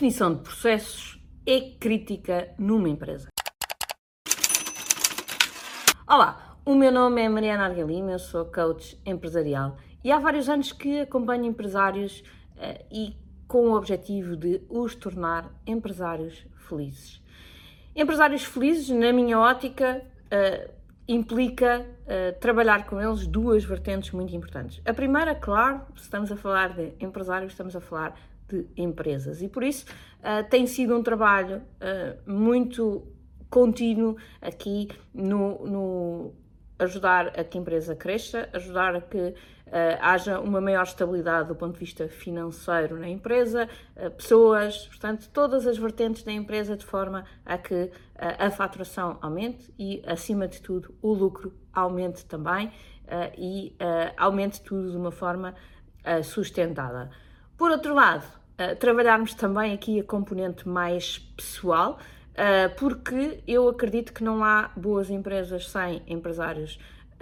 definição de processos é crítica numa empresa. Olá, o meu nome é Mariana Argalima, eu sou coach empresarial e há vários anos que acompanho empresários e com o objetivo de os tornar empresários felizes. Empresários felizes, na minha ótica, implica trabalhar com eles duas vertentes muito importantes. A primeira, claro, se estamos a falar de empresários, estamos a falar de empresas e por isso tem sido um trabalho muito contínuo aqui no ajudar a que a empresa cresça, ajudar a que haja uma maior estabilidade do ponto de vista financeiro na empresa, pessoas, portanto, todas as vertentes da empresa de forma a que a faturação aumente e, acima de tudo, o lucro aumente também e aumente tudo de uma forma sustentada. Por outro lado, trabalharmos também aqui a componente mais pessoal, porque eu acredito que não há boas empresas sem empresários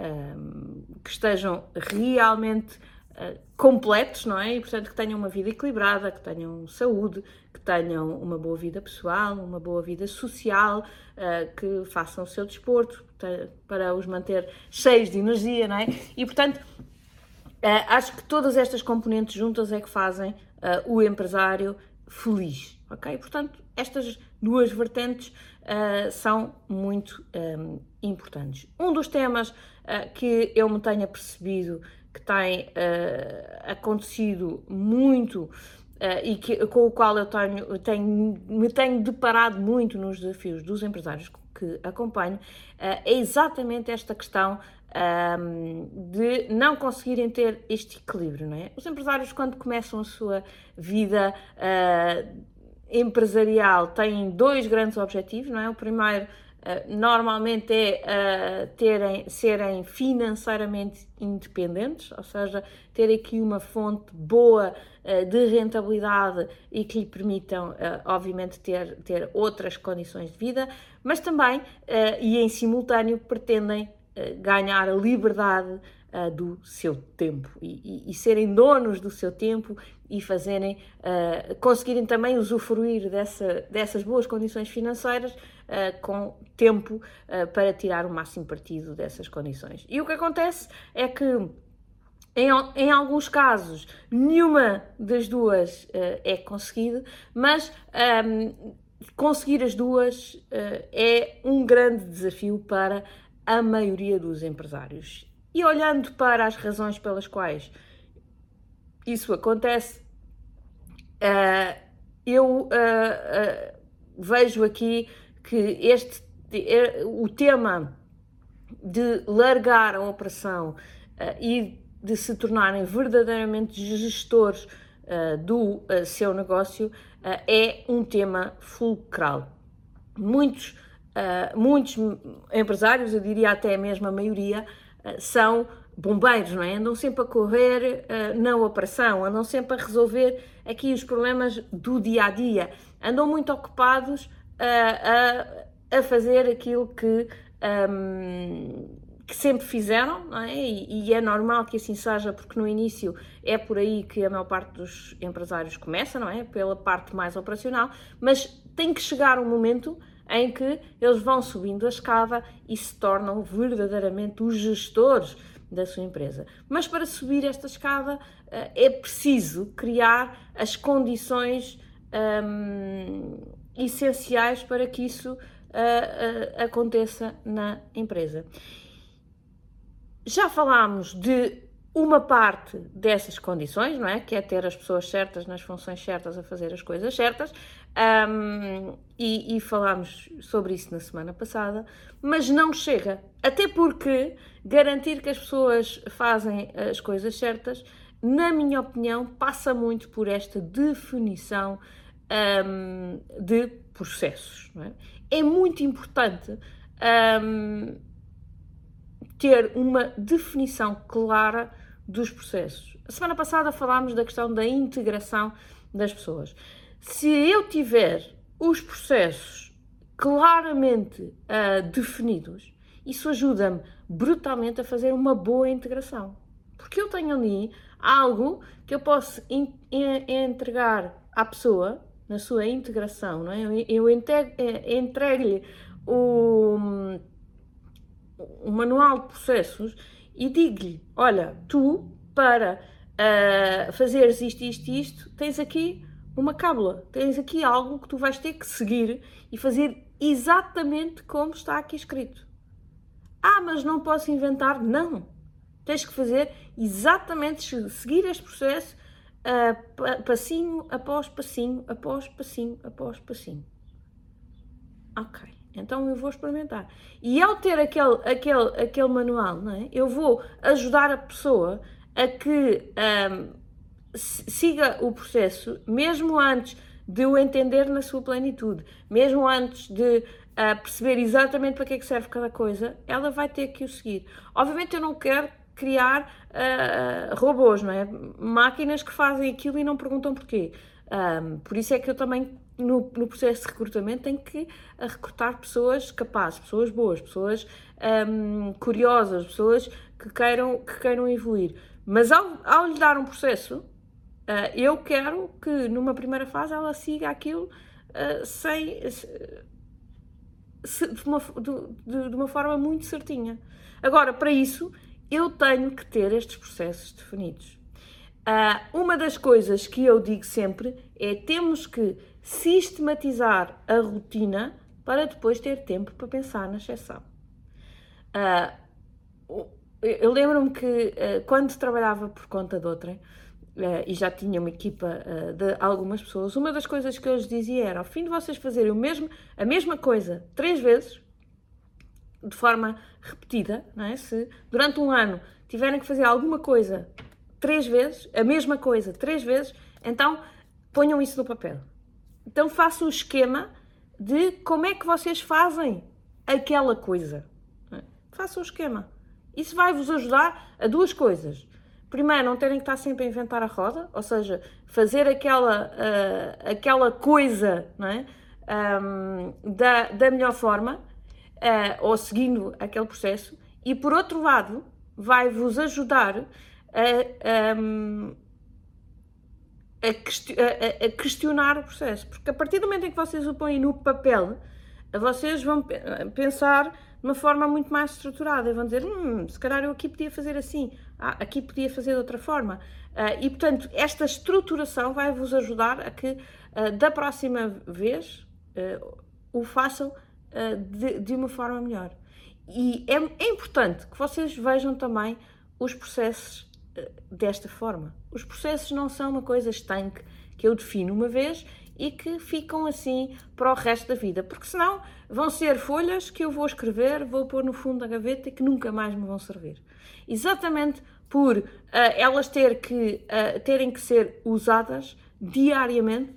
que estejam realmente completos, não é? E, portanto, que tenham uma vida equilibrada, que tenham saúde, que tenham uma boa vida pessoal, uma boa vida social, que façam o seu desporto para os manter cheios de energia, não é? E, portanto, acho que todas estas componentes juntas é que fazem o empresário feliz, ok? Portanto, estas duas vertentes são muito importantes. Um dos temas que eu me tenho apercebido que tem acontecido muito com o qual me tenho deparado muito nos desafios dos empresários que acompanho, é exatamente esta questão de não conseguirem ter este equilíbrio, não é? Os empresários, quando começam a sua vida empresarial, têm dois grandes objetivos, não é? O primeiro, normalmente, é serem financeiramente independentes, ou seja, ter aqui uma fonte boa de rentabilidade e que lhe permitam, obviamente, ter outras condições de vida, mas também, e em simultâneo, pretendem ganhar a liberdade do seu tempo e serem donos do seu tempo e conseguirem também usufruir dessas boas condições financeiras com tempo para tirar o máximo partido dessas condições. E o que acontece é que em alguns casos nenhuma das duas é conseguida, mas conseguir as duas é um grande desafio para a maioria dos empresários. E olhando para as razões pelas quais isso acontece, eu vejo aqui que o tema de largar a operação e de se tornarem verdadeiramente gestores do seu negócio é um tema fulcral. Muitos empresários, eu diria até mesmo a maioria, são bombeiros, não é? Andam sempre a correr na operação, andam sempre a resolver aqui os problemas do dia-a-dia, andam muito ocupados a fazer aquilo que sempre fizeram, não é? E é normal que assim seja, porque no início é por aí que a maior parte dos empresários começa, não é? Pela parte mais operacional, mas tem que chegar um momento em que eles vão subindo a escada e se tornam verdadeiramente os gestores da sua empresa. Mas para subir esta escada é preciso criar as condições essenciais para que isso aconteça na empresa. Já falámos de uma parte dessas condições, não é? Que é ter as pessoas certas nas funções certas a fazer as coisas certas, e falámos sobre isso na semana passada, mas não chega, até porque garantir que as pessoas fazem as coisas certas, na minha opinião, passa muito por esta definição de processos, não é? É muito importante ter uma definição clara dos processos. A semana passada falámos da questão da integração das pessoas. Se eu tiver os processos claramente definidos, isso ajuda-me brutalmente a fazer uma boa integração. Porque eu tenho ali algo que eu posso entregar à pessoa na sua integração, não é? Eu entrego-lhe o manual de processos e digo-lhe, olha, tu, para fazeres isto, tens aqui uma cábula, tens aqui algo que tu vais ter que seguir e fazer exatamente como está aqui escrito. Mas não posso inventar? Não. Tens que fazer exatamente, seguir este processo, passinho após passinho, após passinho, após passinho. Ok, então eu vou experimentar. E ao ter aquele manual, não é? Eu vou ajudar a pessoa a que siga o processo, mesmo antes de o entender na sua plenitude, mesmo antes de perceber exatamente para que é que serve cada coisa, ela vai ter que o seguir. Obviamente eu não quero criar robôs, não é? Máquinas que fazem aquilo e não perguntam porquê. Por isso é que eu também, no processo de recrutamento, tenho que recrutar pessoas capazes, pessoas boas, pessoas curiosas, pessoas que queiram evoluir. Mas ao lhe dar um processo, eu quero que numa primeira fase ela siga aquilo de uma forma muito certinha. Agora, para isso, eu tenho que ter estes processos definidos. Uma das coisas que eu digo sempre é temos que sistematizar a rotina para depois ter tempo para pensar na exceção. Eu lembro-me que quando trabalhava por conta de outrem, e já tinha uma equipa de algumas pessoas, uma das coisas que eu lhes dizia era, ao fim de vocês fazerem a mesma coisa 3 vezes, de forma repetida, não é? Se durante um ano tiverem que fazer alguma coisa 3 vezes, a mesma coisa 3 vezes, então ponham isso no papel. Então façam o esquema de como é que vocês fazem aquela coisa. Façam o esquema. Isso vai-vos ajudar a 2 coisas. Primeiro, não terem que estar sempre a inventar a roda, ou seja, fazer aquela coisa, não é? Da melhor forma, ou seguindo aquele processo. E por outro lado, vai-vos ajudar a questionar o processo. Porque a partir do momento em que vocês o põem no papel, vocês vão pensar de uma forma muito mais estruturada e vão dizer, se calhar eu aqui podia fazer assim, aqui podia fazer de outra forma. E, portanto, esta estruturação vai-vos ajudar a que, da próxima vez, o façam de uma forma melhor. E é importante que vocês vejam também os processos desta forma. Os processos não são uma coisa estanque que eu defino uma vez e que ficam assim para o resto da vida, porque senão vão ser folhas que eu vou escrever, vou pôr no fundo da gaveta e que nunca mais me vão servir. Exatamente por elas terem que ser usadas diariamente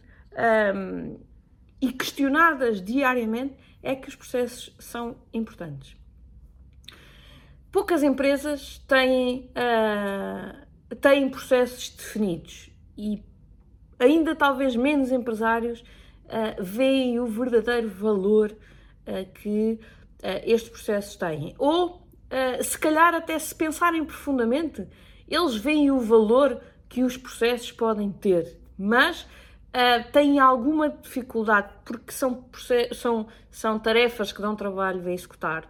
e questionadas diariamente, é que os processos são importantes. Poucas empresas têm processos definidos e ainda talvez menos empresários veem o verdadeiro valor que estes processos têm. Ou, se calhar, até se pensarem profundamente, eles veem o valor que os processos podem ter, mas têm alguma dificuldade porque são tarefas que dão trabalho a executar.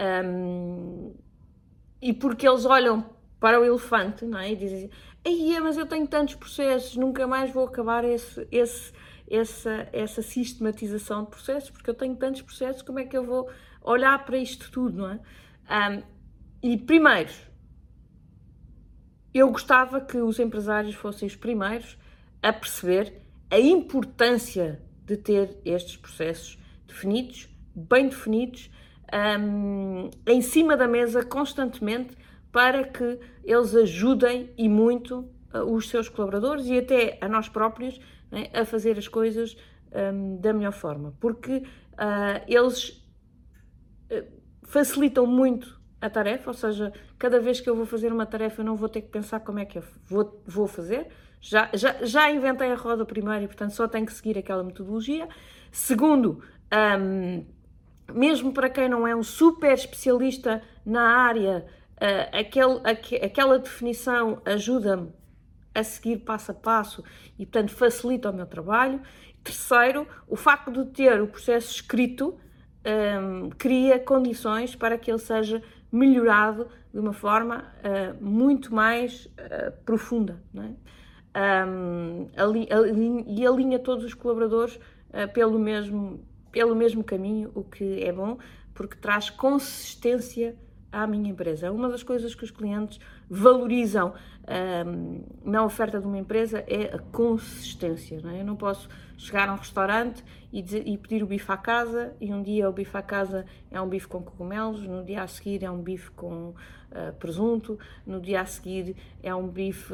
E porque eles olham para o elefante, não é? E dizem, mas eu tenho tantos processos, nunca mais vou acabar essa sistematização de processos, porque eu tenho tantos processos, como é que eu vou olhar para isto tudo, não é? E primeiro, eu gostava que os empresários fossem os primeiros a perceber a importância de ter estes processos definidos, bem definidos, em cima da mesa constantemente, para que eles ajudem e muito os seus colaboradores e até a nós próprios, né, a fazer as coisas da melhor forma, porque eles facilitam muito a tarefa, ou seja, cada vez que eu vou fazer uma tarefa eu não vou ter que pensar como é que eu vou fazer, já inventei a roda primeiro e portanto só tenho que seguir aquela metodologia. Segundo, mesmo para quem não é um super especialista na área, aquela definição ajuda-me a seguir passo a passo e, portanto, facilita o meu trabalho. Terceiro, o facto de ter o processo escrito cria condições para que ele seja melhorado de uma forma muito mais profunda, não é? E alinha todos os colaboradores pelo mesmo caminho, o que é bom, porque traz consistência à minha empresa. Uma das coisas que os clientes valorizam na oferta de uma empresa é a consistência, não é? Eu não posso chegar a um restaurante e pedir o bife à casa, e um dia o bife à casa é um bife com cogumelos, no dia a seguir é um bife com presunto, no dia a seguir é um bife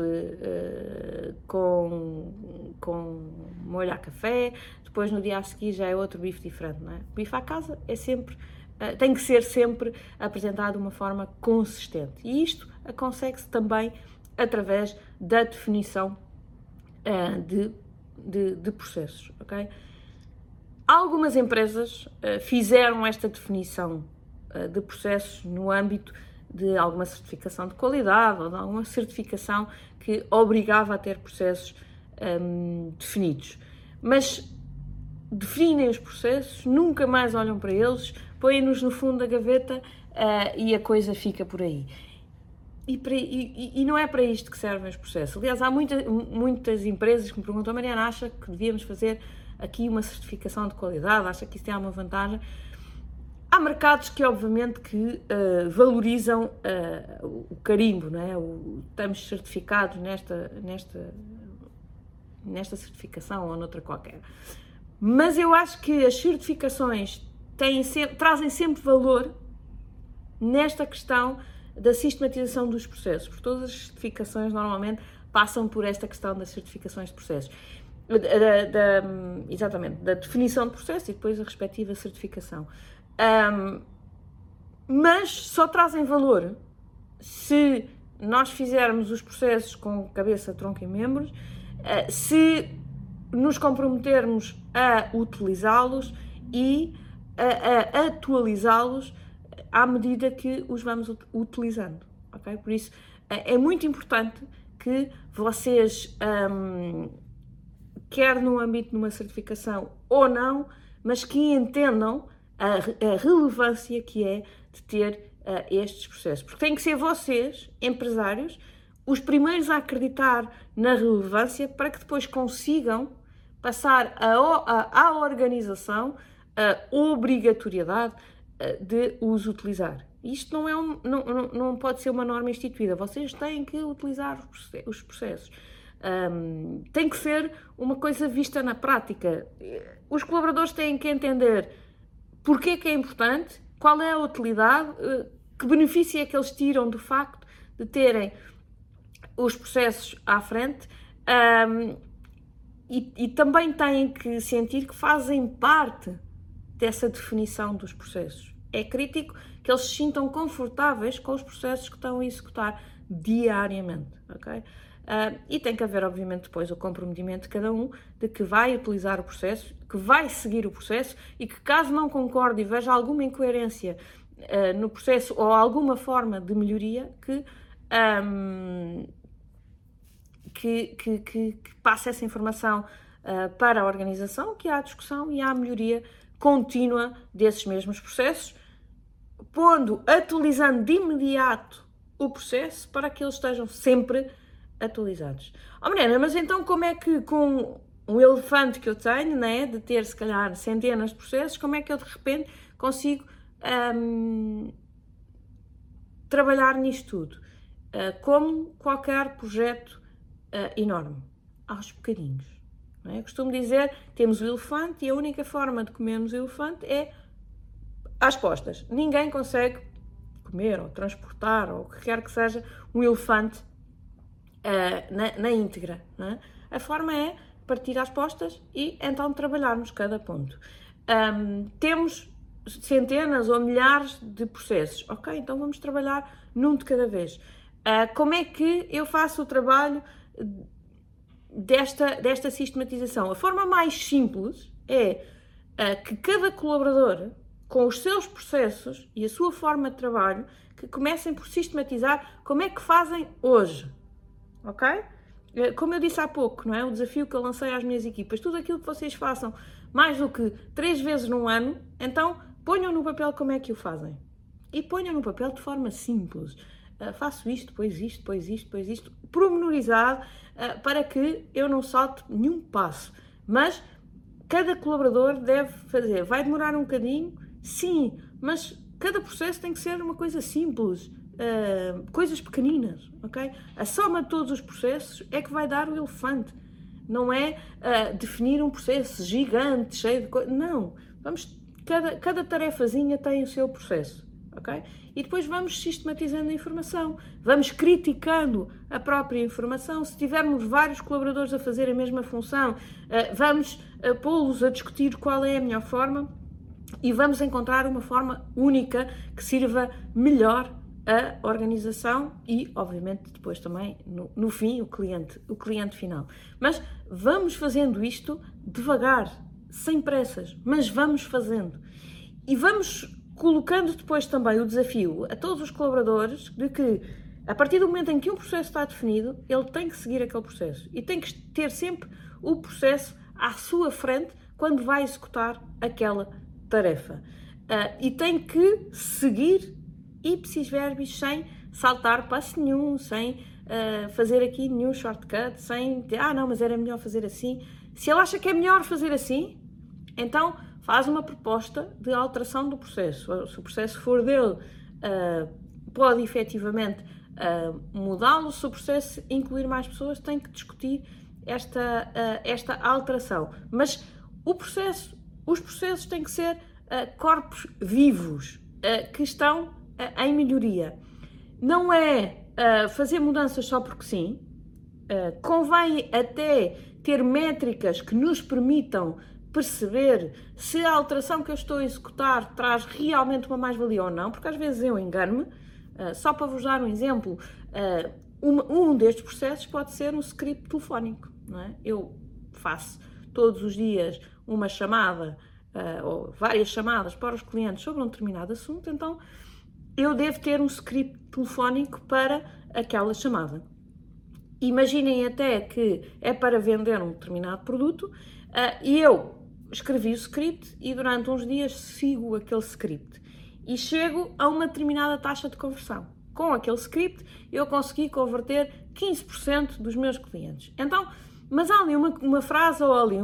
com molho a café, depois no dia a seguir já é outro bife diferente, não é? O bife à casa é sempre, tem que ser sempre apresentado de uma forma consistente, e isto consegue-se também através da definição de processos, ok? Algumas empresas fizeram esta definição de processos no âmbito de alguma certificação de qualidade ou de alguma certificação que obrigava a ter processos definidos. Mas definem os processos, nunca mais olham para eles, põem-nos no fundo da gaveta e a coisa fica por aí. E não é para isto que servem os processos. Aliás, há muitas empresas que me perguntam: Mariana, acha que devíamos fazer aqui uma certificação de qualidade? Acha que isso tem alguma vantagem? Há mercados que, obviamente, que valorizam o carimbo, não é? Estamos certificados nesta certificação ou noutra qualquer. Mas eu acho que as certificações trazem sempre valor nesta questão da sistematização dos processos, porque todas as certificações normalmente passam por esta questão das certificações de processos, exatamente, da definição de processo e depois a respectiva certificação. Mas só trazem valor se nós fizermos os processos com cabeça, tronco e membros, se nos comprometermos a utilizá-los e a atualizá-los à medida que os vamos utilizando, ok? Por isso, é muito importante que vocês, quer no âmbito de uma certificação ou não, mas que entendam a relevância que é de ter estes processos. Porque têm que ser vocês, empresários, os primeiros a acreditar na relevância para que depois consigam passar à organização a obrigatoriedade de os utilizar. Isto não pode ser uma norma instituída. Vocês têm que utilizar os processos. Tem que ser uma coisa vista na prática. Os colaboradores têm que entender porque que é importante, qual é a utilidade, que benefício é que eles tiram do facto de terem os processos à frente, e também têm que sentir que fazem parte dessa definição dos processos. É crítico que eles se sintam confortáveis com os processos que estão a executar diariamente, ok? E tem que haver, obviamente, depois o comprometimento de cada um de que vai utilizar o processo, que vai seguir o processo e que, caso não concorde e veja alguma incoerência no processo ou alguma forma de melhoria, que passe essa informação para a organização, que há discussão e há melhoria contínua desses mesmos processos, atualizando de imediato o processo para que eles estejam sempre atualizados. Mariana, mas então como é que com um elefante que eu tenho, né, de ter se calhar centenas de processos, como é que eu de repente consigo trabalhar nisto tudo? Como qualquer projeto enorme, aos bocadinhos. Não é? Eu costumo dizer, temos o elefante e a única forma de comermos o elefante é às postas. Ninguém consegue comer ou transportar ou o que quer que seja um elefante na íntegra. Não é? A forma é partir às postas e então trabalharmos cada ponto. Temos centenas ou milhares de processos. Ok, então vamos trabalhar num de cada vez. Como é que eu faço o trabalho desta sistematização? A forma mais simples é que cada colaborador, com os seus processos e a sua forma de trabalho, que comecem por sistematizar como é que fazem hoje, ok? como eu disse há pouco, não é? O desafio que eu lancei às minhas equipas, tudo aquilo que vocês façam mais do que 3 vezes num ano, então ponham no papel como é que o fazem. E ponham no papel de forma simples. Faço isto, depois isto, depois isto, depois isto, pormenorizado, para que eu não salte nenhum passo. Mas cada colaborador deve fazer. Vai demorar um bocadinho? Sim, mas cada processo tem que ser uma coisa simples. Coisas pequeninas, ok? A soma de todos os processos é que vai dar o elefante. Não é definir um processo gigante, cheio de coisas. Não. Cada tarefazinha tem o seu processo, ok? E depois vamos sistematizando a informação. Vamos criticando a própria informação. Se tivermos vários colaboradores a fazer a mesma função, vamos pô-los a discutir qual é a melhor forma e vamos encontrar uma forma única que sirva melhor a organização e, obviamente, depois também, no fim, o cliente final. Mas vamos fazendo isto devagar, sem pressas, mas vamos fazendo. E vamos colocando depois também o desafio a todos os colaboradores de que, a partir do momento em que um processo está definido, ele tem que seguir aquele processo e tem que ter sempre o processo à sua frente quando vai executar aquela tarefa. E tem que seguir ipsis verbis, sem saltar passo nenhum, sem fazer aqui nenhum shortcut, sem dizer, não, mas era melhor fazer assim. Se ele acha que é melhor fazer assim, então faz uma proposta de alteração do processo. Se o processo for dele, pode efetivamente mudá-lo. Se o processo incluir mais pessoas, tem que discutir esta alteração. Mas os processos têm que ser corpos vivos, que estão em melhoria. Não é fazer mudanças só porque sim. Convém até ter métricas que nos permitam perceber se a alteração que eu estou a executar traz realmente uma mais-valia ou não, porque às vezes eu engano-me. Só para vos dar um exemplo, um destes processos pode ser um script telefónico, não é? Eu faço todos os dias uma chamada ou várias chamadas para os clientes sobre um determinado assunto, então eu devo ter um script telefónico para aquela chamada. Imaginem até que é para vender um determinado produto e eu escrevi o script e durante uns dias sigo aquele script e chego a uma determinada taxa de conversão. Com aquele script eu consegui converter 15% dos meus clientes. Então, mas há ali uma frase ou ali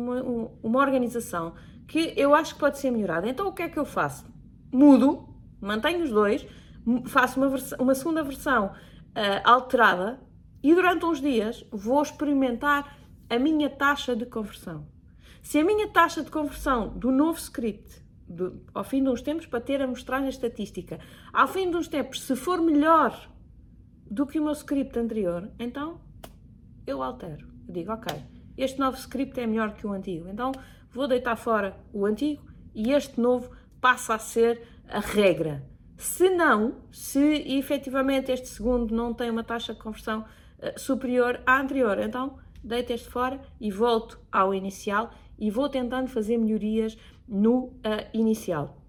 uma organização que eu acho que pode ser melhorada. Então o que é que eu faço? Mudo, mantenho os dois, faço uma segunda versão alterada e durante uns dias vou experimentar a minha taxa de conversão. Se a minha taxa de conversão do novo script, ao fim de uns tempos, para ter a mostragem estatística, ao fim de uns tempos, se for melhor do que o meu script anterior, então eu altero. Eu digo, ok, este novo script é melhor que o antigo, então vou deitar fora o antigo e este novo passa a ser a regra. Se efetivamente este segundo não tem uma taxa de conversão superior à anterior, então deito este fora e volto ao inicial e vou tentando fazer melhorias no inicial.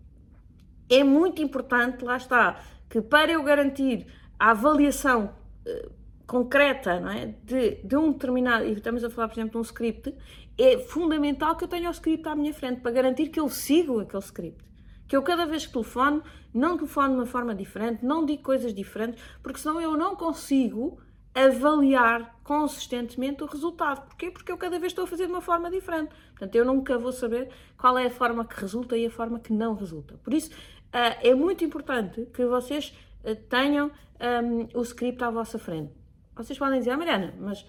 É muito importante, lá está, que para eu garantir a avaliação concreta, não é, de um determinado, e estamos a falar, por exemplo, de um script, é fundamental que eu tenha o script à minha frente para garantir que eu sigo aquele script. Que eu cada vez que telefono, não telefono de uma forma diferente, não digo coisas diferentes, porque senão eu não consigo avaliar consistentemente o resultado. Porquê? Porque eu cada vez estou a fazer de uma forma diferente. Portanto, eu nunca vou saber qual é a forma que resulta e a forma que não resulta. Por isso, é muito importante que vocês tenham o script à vossa frente. Vocês podem dizer, Mariana, mas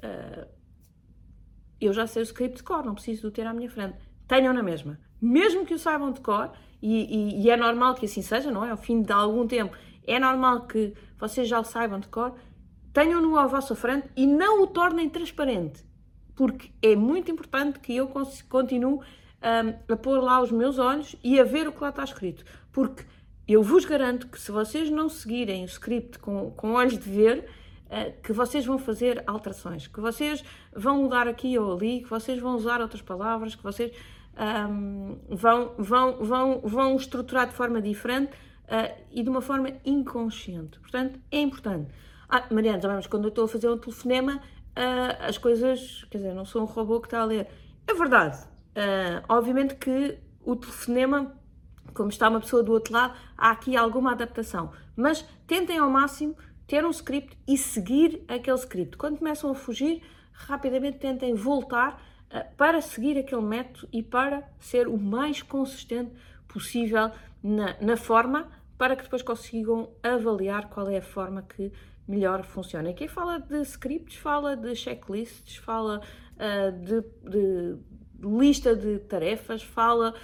eu já sei o script de cor, não preciso de o ter à minha frente. Tenham na mesma. Mesmo que o saibam de cor, e é normal que assim seja, não é? Ao fim de algum tempo, é normal que vocês já o saibam de cor, tenham-no à vossa frente e não o tornem transparente, porque é muito importante que eu continue a pôr lá os meus olhos e a ver o que lá está escrito, porque eu vos garanto que se vocês não seguirem o script com olhos de ver, que vocês vão fazer alterações, que vocês vão mudar aqui ou ali, que vocês vão usar outras palavras, que vocês vão estruturar de forma diferente e de uma forma inconsciente. Portanto, é importante. Mariana, mas quando eu estou a fazer um telefonema, as coisas, quer dizer, não sou um robô que está a ler. É verdade. Obviamente que o telefonema, como está uma pessoa do outro lado, há aqui alguma adaptação. Mas tentem ao máximo ter um script e seguir aquele script. Quando começam a fugir, rapidamente tentem voltar para seguir aquele método e para ser o mais consistente possível na forma, para que depois consigam avaliar qual é a forma que melhor funciona. E quem fala de scripts, fala de checklists, fala de lista de tarefas, fala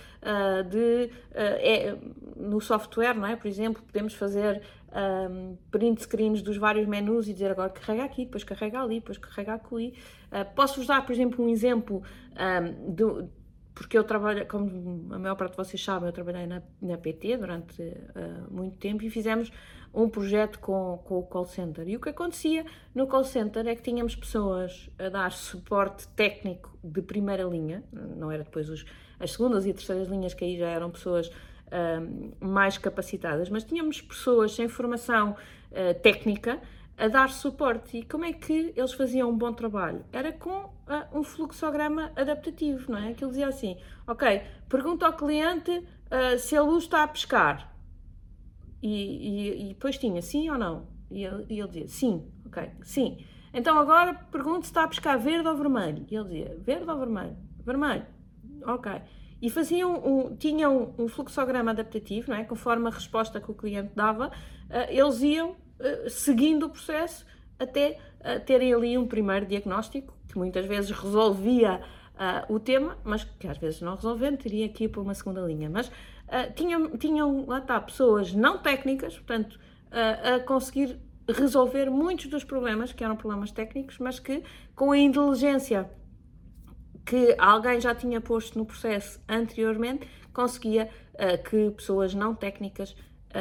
no software, não é? Por exemplo, podemos fazer print screens dos vários menus e dizer agora carrega aqui, depois carrega ali, depois carrega aqui. Posso-vos dar, por exemplo, um exemplo porque eu trabalho, como a maior parte de vocês sabem, eu trabalhei na PT durante muito tempo e fizemos um projeto com o call center. E o que acontecia no call center é que tínhamos pessoas a dar suporte técnico de primeira linha, não era depois as segundas e terceiras linhas, que aí já eram pessoas mais capacitadas, mas tínhamos pessoas sem formação técnica a dar suporte. E como é que eles faziam um bom trabalho? Era com um fluxograma adaptativo, não é? Que ele dizia assim, ok, pergunta ao cliente se a luz está a piscar. E depois tinha sim ou não? E ele dizia sim, ok, sim. Então agora pergunto se está a piscar verde ou vermelho. E ele dizia verde ou vermelho? Vermelho, ok. E tinham um fluxograma adaptativo, não é? Conforme a resposta que o cliente dava, eles iam seguindo o processo até terem ali um primeiro diagnóstico, que muitas vezes resolvia o tema, mas que às vezes não resolvendo, teria que ir para uma segunda linha. Mas tinham lá está, pessoas não técnicas, portanto, a conseguir resolver muitos dos problemas, que eram problemas técnicos, mas que com a inteligência que alguém já tinha posto no processo anteriormente, conseguia que pessoas não técnicas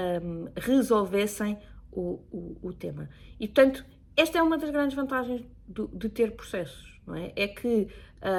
resolvessem o tema. E, portanto, esta é uma das grandes vantagens de ter processos, não é? É que,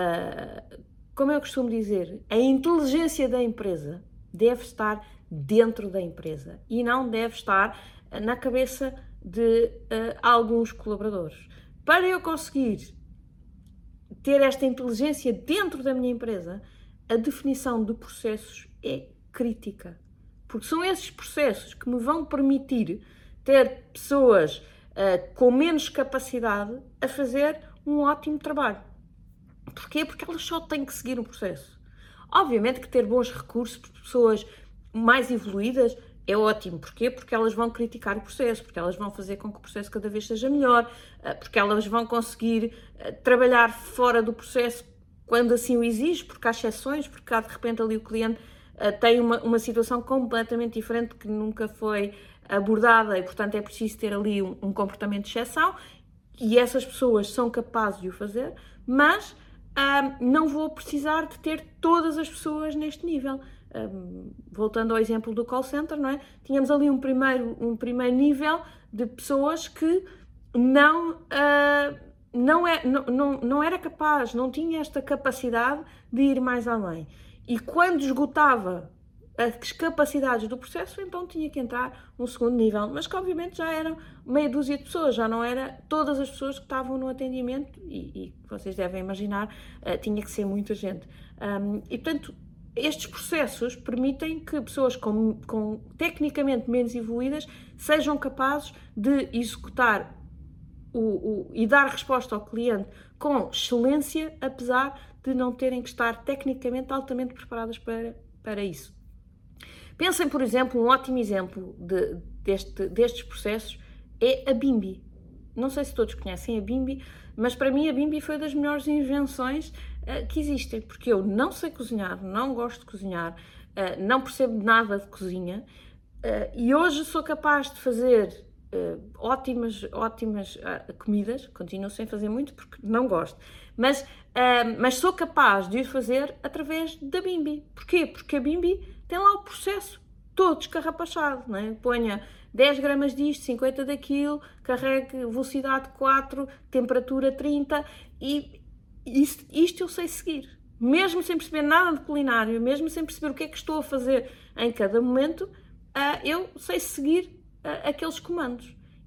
como eu costumo dizer, a inteligência da empresa deve estar dentro da empresa e não deve estar na cabeça de alguns colaboradores. Para eu conseguir ter esta inteligência dentro da minha empresa, a definição de processos é crítica. Porque são esses processos que me vão permitir ter pessoas com menos capacidade a fazer um ótimo trabalho. Porquê? Porque elas só têm que seguir um processo. Obviamente que ter bons recursos para pessoas mais evoluídas é ótimo. Porquê? Porque elas vão criticar o processo, porque elas vão fazer com que o processo cada vez seja melhor, porque elas vão conseguir trabalhar fora do processo quando assim o exige, porque há exceções, porque há de repente ali o cliente tem uma situação completamente diferente que nunca foi abordada e, portanto, é preciso ter ali um comportamento de exceção e essas pessoas são capazes de o fazer, mas não vou precisar de ter todas as pessoas neste nível. Voltando ao exemplo do call center, não é? Tínhamos ali um primeiro nível de pessoas que não era capaz, não tinha esta capacidade de ir mais além. E quando esgotava as capacidades do processo, então tinha que entrar um segundo nível, mas que obviamente já eram meia dúzia de pessoas, já não era todas as pessoas que estavam no atendimento e vocês devem imaginar, tinha que ser muita gente. E portanto, estes processos permitem que pessoas com tecnicamente menos evoluídas sejam capazes de executar e dar resposta ao cliente com excelência, apesar de não terem que estar tecnicamente altamente preparadas para isso. Pensem, por exemplo, um ótimo exemplo destes processos é a Bimby. Não sei se todos conhecem a Bimby, mas para mim a Bimby foi das melhores invenções que existem, porque eu não sei cozinhar, não gosto de cozinhar, não percebo nada de cozinha e hoje sou capaz de fazer ótimas comidas, continuo sem fazer muito porque não gosto, mas sou capaz de ir fazer através da Bimby. Porquê? Porque a Bimby tem lá o processo todo escarrapachado, não é? Ponha 10 gramas disto, 50 daquilo, carregue velocidade 4, temperatura 30 e isto eu sei seguir. Mesmo sem perceber nada de culinário, mesmo sem perceber o que é que estou a fazer em cada momento, eu sei seguir aqueles comandos.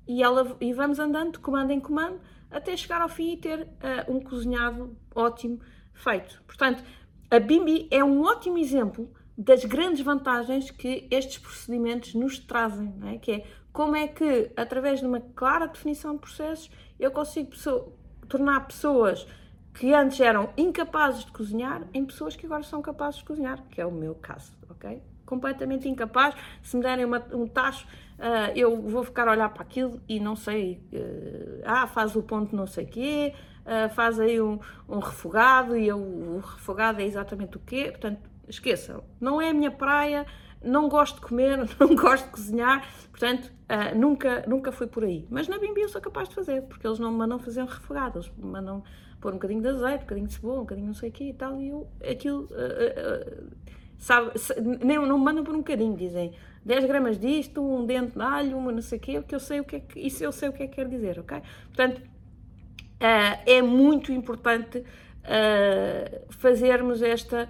e vamos andando de comando em comando até chegar ao fim e ter um cozinhado ótimo feito. Portanto, a Bimby é um ótimo exemplo das grandes vantagens que estes procedimentos nos trazem, não é? Que é como é que, através de uma clara definição de processos, eu consigo tornar pessoas que antes eram incapazes de cozinhar em pessoas que agora são capazes de cozinhar, que é o meu caso, ok? Completamente incapaz. Se me derem um tacho, eu vou ficar a olhar para aquilo e não sei, faz o ponto não sei o quê, faz aí um refogado e o refogado é exatamente o quê, portanto, esqueçam, não é a minha praia, não gosto de comer, não gosto de cozinhar, portanto, nunca fui por aí. Mas na Bimby eu sou capaz de fazer, porque eles não me mandam fazer um refogado, eles me mandam pôr um bocadinho de azeite, um bocadinho de cebola, um bocadinho não sei o quê e tal, e eu, aquilo, não me mandam por um bocadinho, dizem 10 gramas disto, um dente de alho, uma não sei o quê, que eu sei o que é que, isso eu sei o que é que quer dizer, ok? Portanto, é muito importante fazermos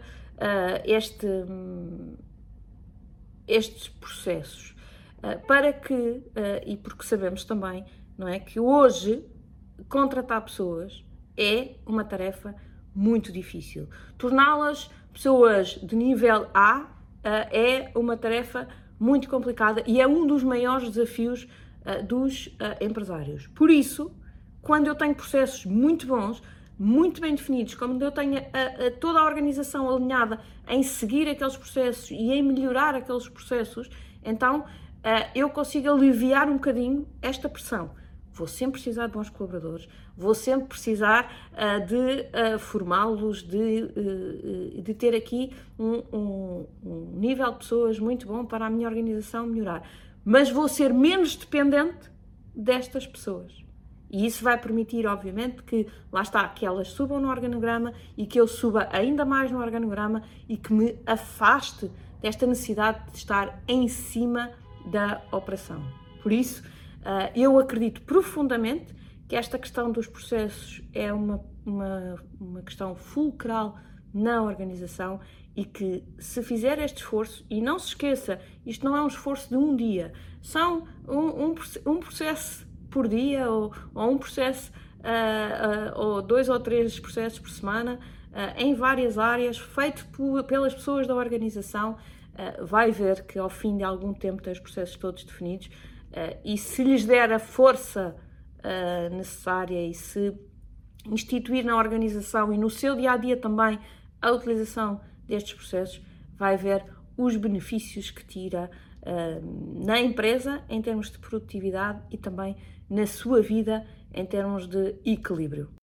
estes processos para que, e porque sabemos também, não é, que hoje contratar pessoas é uma tarefa muito difícil. Torná-las pessoas de nível A é uma tarefa muito complicada e é um dos maiores desafios dos empresários. Por isso, quando eu tenho processos muito bons, muito bem definidos, quando eu tenho toda a organização alinhada em seguir aqueles processos e em melhorar aqueles processos, então eu consigo aliviar um bocadinho esta pressão. Vou sempre precisar de bons colaboradores, vou sempre precisar de formá-los, de ter aqui um nível de pessoas muito bom para a minha organização melhorar. Mas vou ser menos dependente destas pessoas. E isso vai permitir, obviamente, que, lá está, que elas subam no organograma e que eu suba ainda mais no organograma e que me afaste desta necessidade de estar em cima da operação. Por isso, eu acredito profundamente que esta questão dos processos é uma questão fulcral na organização e que, se fizer este esforço, e não se esqueça, isto não é um esforço de um dia, são um processo por dia ou um processo ou 2 ou 3 processos por semana em várias áreas, feito pelas pessoas da organização, vai ver que ao fim de algum tempo tem os processos todos definidos e se lhes der a força necessária e se instituir na organização e no seu dia-a-dia também a utilização destes processos, vai ver os benefícios que tira na empresa em termos de produtividade e também na sua vida em termos de equilíbrio.